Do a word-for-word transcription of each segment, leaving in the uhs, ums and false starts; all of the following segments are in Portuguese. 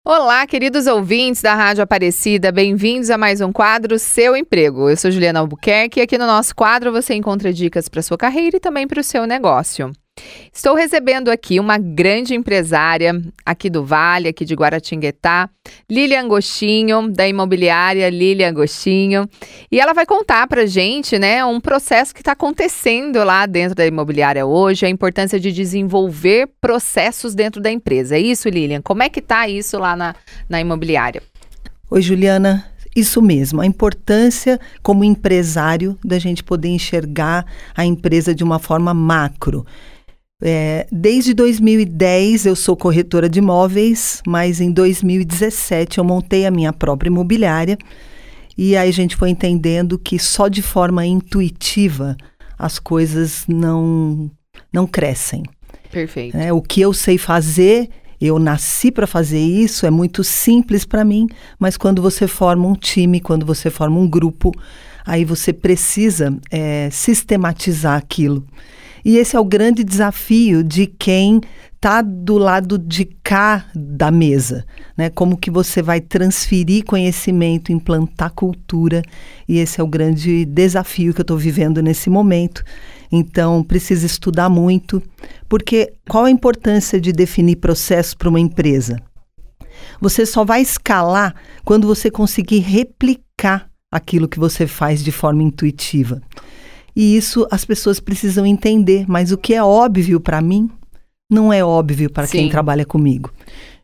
Olá, queridos ouvintes da Rádio Aparecida, bem-vindos a mais um quadro Seu Emprego. Eu sou Juliana Albuquerque e aqui no nosso quadro você encontra dicas para sua carreira e também para o seu negócio. Estou recebendo aqui uma grande empresária aqui do Vale, aqui de Guaratinguetá, Lília Agostinho, da imobiliária Lília Agostinho. E ela vai contar pra gente, né, um processo que está acontecendo lá dentro da imobiliária hoje, a importância de desenvolver processos dentro da empresa. É isso, Lilian? Como é que está isso lá na, na imobiliária? Oi, Juliana. Isso mesmo, a importância como empresário da gente poder enxergar a empresa de uma forma macro. É, desde dois mil e dez eu sou corretora de imóveis, mas em dois mil e dezessete eu montei a minha própria imobiliária e aí a gente foi entendendo que só de forma intuitiva as coisas não, não crescem. Perfeito. É, o que eu sei fazer, eu nasci para fazer isso, é muito simples para mim, mas quando você forma um time, quando você forma um grupo, aí você precisa é, sistematizar aquilo. E esse é o grande desafio de quem está do lado de cá da mesa, né? Como que você vai transferir conhecimento, implantar cultura, e esse é o grande desafio que eu estou vivendo nesse momento. Então, precisa estudar muito, porque qual a importância de definir processo para uma empresa? Você só vai escalar quando você conseguir replicar aquilo que você faz de forma intuitiva. E isso as pessoas precisam entender, mas o que é óbvio para mim, não é óbvio para quem trabalha comigo.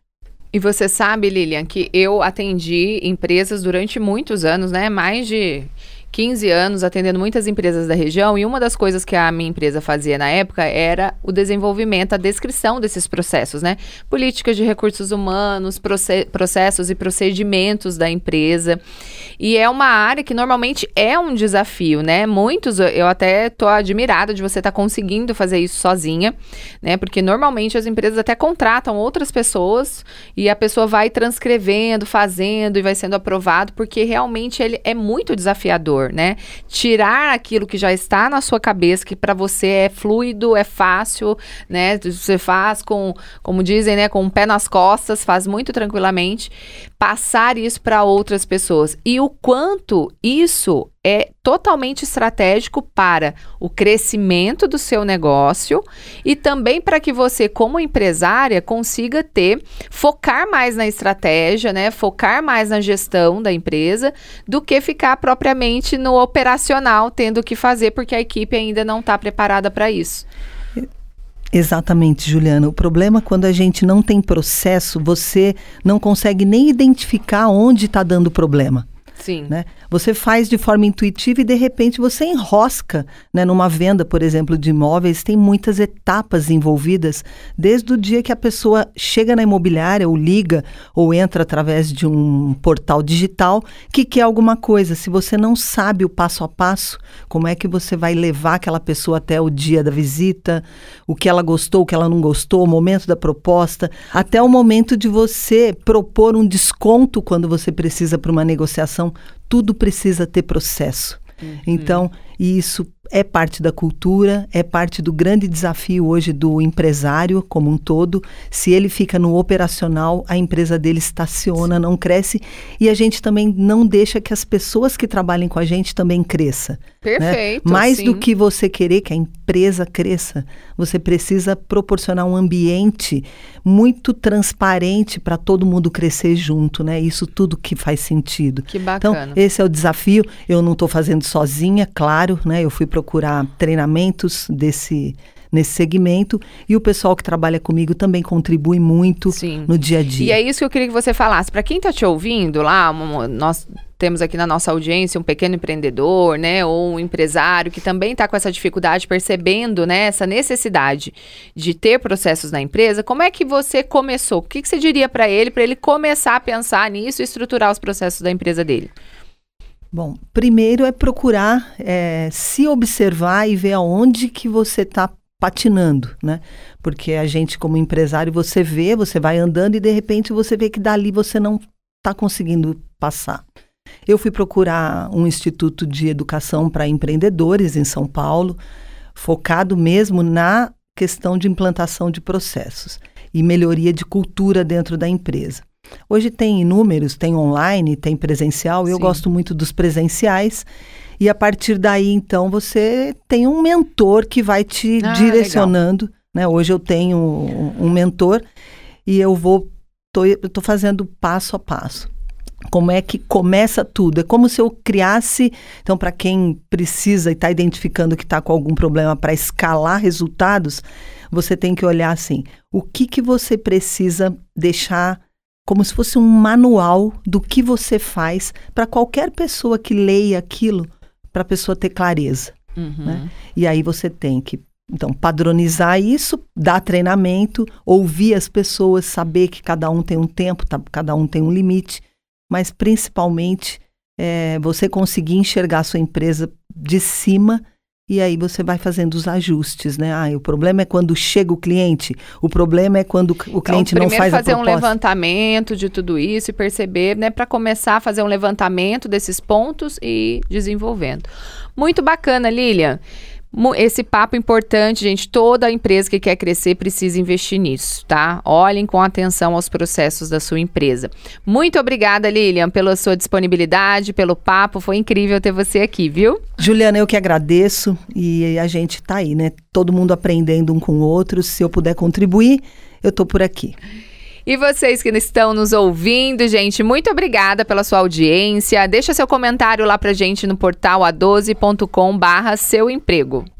E você sabe, Lilian, que eu atendi empresas durante muitos anos, né? Mais de quinze anos atendendo muitas empresas da região, e uma das coisas que a minha empresa fazia na época era o desenvolvimento, a descrição desses processos, né? Políticas de recursos humanos, proce- processos e procedimentos da empresa. E é uma área que normalmente é um desafio, né? Muitos, eu até tô admirada de você estar tá conseguindo fazer isso sozinha, né? Porque normalmente as empresas até contratam outras pessoas e a pessoa vai transcrevendo, fazendo e vai sendo aprovado, porque realmente ele é muito desafiador, né? Tirar aquilo que já está na sua cabeça, que para você é fluido, é fácil, né? Você faz com, como dizem, né? Com o pé nas costas, faz muito tranquilamente, passar isso para outras pessoas. E o quanto isso é totalmente estratégico para o crescimento do seu negócio e também para que você, como empresária, consiga ter, focar mais na estratégia, né? Focar mais na gestão da empresa do que ficar propriamente no operacional, tendo que fazer porque a equipe ainda não está preparada para isso. Exatamente, Juliana. O problema é quando a gente não tem processo, você não consegue nem identificar onde está dando problema. Sim. Né? Você faz de forma intuitiva e de repente você enrosca, né? Numa venda, por exemplo, de imóveis, tem muitas etapas envolvidas, desde o dia que a pessoa chega na imobiliária ou liga ou entra através de um portal digital que quer alguma coisa. Se você não sabe o passo a passo, como é que você vai levar aquela pessoa até o dia da visita, o que ela gostou, o que ela não gostou, o momento da proposta, até o momento de você propor um desconto quando você precisa para uma negociação. Tudo precisa ter processo. Uhum. Então, isso é parte da cultura, é parte do grande desafio hoje do empresário como um todo. Se ele fica no operacional, a empresa dele estaciona, não cresce, e a gente também não deixa que as pessoas que trabalhem com a gente também cresçam. Perfeito. Né? Mais sim. do que você querer que a empresa cresça, você precisa proporcionar um ambiente muito transparente para todo mundo crescer junto, né? Isso tudo que faz sentido. Que bacana. Então, esse é o desafio. Eu não estou fazendo sozinha, claro, né? Eu fui procurar treinamentos desse, nesse segmento e o pessoal que trabalha comigo também contribui muito Sim. no dia a dia. E é isso que eu queria que você falasse. Para quem está te ouvindo lá, um, nós temos aqui na nossa audiência um pequeno empreendedor, né, ou um empresário que também está com essa dificuldade, percebendo, né, essa necessidade de ter processos na empresa. Como é que você começou? O que, que você diria para ele, para ele começar a pensar nisso e estruturar os processos da empresa dele? Bom, primeiro é procurar é, se observar e ver aonde que você está patinando, né? Porque a gente, como empresário, você vê, você vai andando e de repente você vê que dali você não está conseguindo passar. Eu fui procurar um instituto de educação para empreendedores em São Paulo, focado mesmo na questão de implantação de processos e melhoria de cultura dentro da empresa. Hoje tem inúmeros, tem online, tem presencial. Eu Sim. gosto muito dos presenciais. E a partir daí, então, você tem um mentor que vai te ah, direcionando. Né? Hoje eu tenho um, um mentor e eu vou, tô, eu tô fazendo passo a passo. Como é que começa tudo? É como se eu criasse... Então, para quem precisa e está identificando que está com algum problema para escalar resultados, você tem que olhar assim, o que, que você precisa deixar como se fosse um manual do que você faz para qualquer pessoa que leia aquilo, para a pessoa ter clareza. Uhum. Né? E aí você tem que, então, padronizar isso, dar treinamento, ouvir as pessoas, saber que cada um tem um tempo, tá, cada um tem um limite, mas principalmente é, você conseguir enxergar a sua empresa de cima e aí você vai fazendo os ajustes, né? Ah, o problema é quando chega o cliente, o problema é quando o cliente então, não faz a proposta. Primeiro fazer um levantamento de tudo isso e perceber, né? Para começar a fazer um levantamento desses pontos e desenvolvendo. Muito bacana, Lilian. Esse papo importante, gente, toda empresa que quer crescer precisa investir nisso, tá? Olhem com atenção aos processos da sua empresa. Muito obrigada, Lilian, pela sua disponibilidade, pelo papo, foi incrível ter você aqui, viu? Juliana, eu que agradeço e a gente tá aí, né? Todo mundo aprendendo um com o outro, se eu puder contribuir, eu tô por aqui. E vocês que estão nos ouvindo, gente, muito obrigada pela sua audiência. Deixa seu comentário lá pra gente no portal a doze ponto com barra seu emprego.